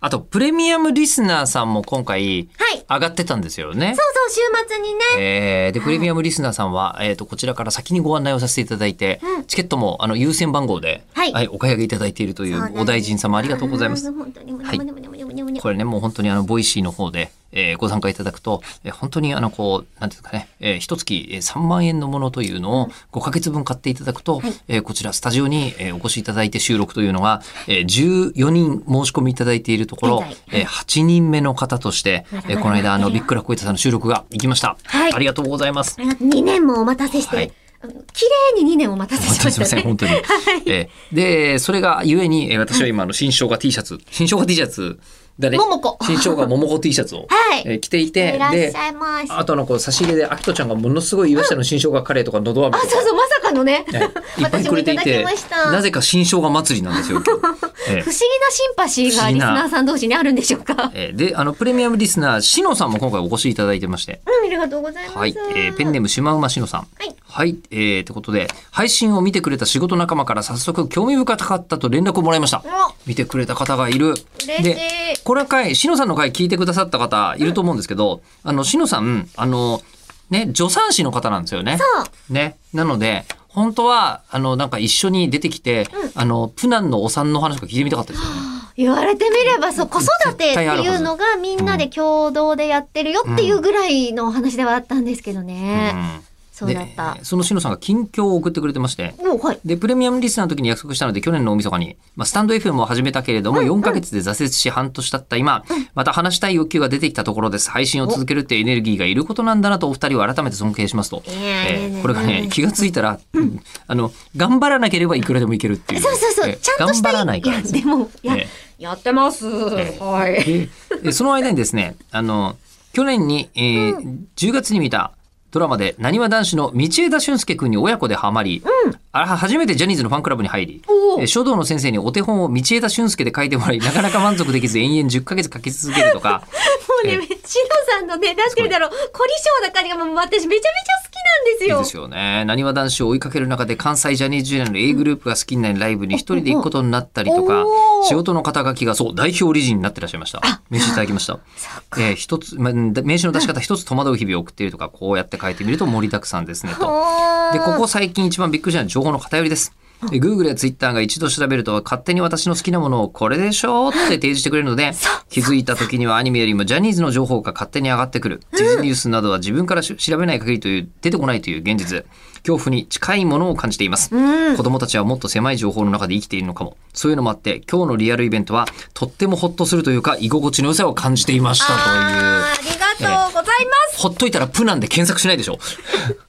あとプレミアムリスナーさんも今回はい上がってたんですよね。 そう週末にね。 でプレミアムリスナーさんは、こちらから先にご案内をさせていただいて、チケットも優先番号で、 はいお買い上げいただいているというお大臣様ありがとうございます。 本当にこれねもう本当にボイシーの方で、ご参加いただくと、本当にこうなんていうかね、一月3万円のものというのを5ヶ月分買っていただくと、こちらスタジオに、お越しいただいて収録というのが、14人申し込みいただいているところ、8人目の方として、この間ビックラ小板さんの収録が行きました。 はいありがとうございます。 2年もお待たせして、 はい綺麗に2年お待たせしましたね。 すいません本当に。でそれがゆえに、私は今新生姜 T シャツ誰ももこ新生姜ももこ T シャツを、 はい着ていて、 いらっでしゃいます。 あとこう差し入れであきとちゃんがものすごい岩下の新生姜カレーとかのど飴とかそうまさかのね。 いっぱいくれてい私もいただてきましたなぜか新生姜祭りなんですよ今日。 不思議なシンパシーがリスナーさん同士にあるんでしょうか。 でプレミアムリスナーしのさんも今回お越しいただいてまして、 ありがとうございます。 はい、ペンネームしまうましのさん。はい、ってことで配信を見てくれた仕事仲間から早速興味深かったと連絡をもらいました。見てくれた方がいる。 嬉しい。 でこれ回しのさんの回聞いてくださった方いると思うんですけど、しのさんね助産師の方なんですよね。 そうねなので本当はなんか一緒に出てきて、プナンのお産の話が聞いてみたかったですよね。 言われてみればそう子育てっていうのがみんなで共同でやってるよっていうぐらいのお話ではあったんですけどね。そうだった。 そのしのさんが近況を送ってくれてまして、でプレミアムリスナーの時に約束したので去年の大晦日に、スタンド FM を始めたけれども、4ヶ月で挫折し半年経った今、また話したい欲求が出てきたところです。配信を続けるってエネルギーがいることなんだなとお二人を改めて尊敬しますと。これがね気がついたら、頑張らなければいくらでもいけるっていう。 そうちゃんとした頑張らないからでもやってます。 でその間にですね去年に、10月に見たドラマでなにわ男子の道枝駿佑君に親子でハマり、初めてジャニーズのファンクラブに入り、書道の先生にお手本を道枝駿佑で書いてもらいなかなか満足できず延々10ヶ月書き続けるとかもうねしのさんのねなんて言うんだろう凝り性な感じがもう私めちゃめちゃ好きなんですよ。 いいですよね。なにわ男子を追いかける中で関西ジャニーズジュニアの A グループが好きになりライブに一人で行くことになったりとか、仕事の肩書きが代表理事になってらっしゃいました。名刺いただきました。一つ、名刺の出し方一つ戸惑う日々を送っているとか、こうやって書いてみると盛りだくさんですねと。でここ最近一番びっくりしたのは情報の偏りです。Google や Twitter が一度調べると勝手に私の好きなものをこれでしょって提示してくれるので、気づいた時にはアニメよりもジャニーズの情報が勝手に上がってくる。ディズニュースなどは自分から調べない限りという出てこないという現実。恐怖に近いものを感じています。子供たちはもっと狭い情報の中で生きているのかも。そういうのもあって今日のリアルイベントはとってもホッとするというか居心地の良さを感じていましたという。 ありがとうございます。 ほっといたらプナンで検索しないでしょ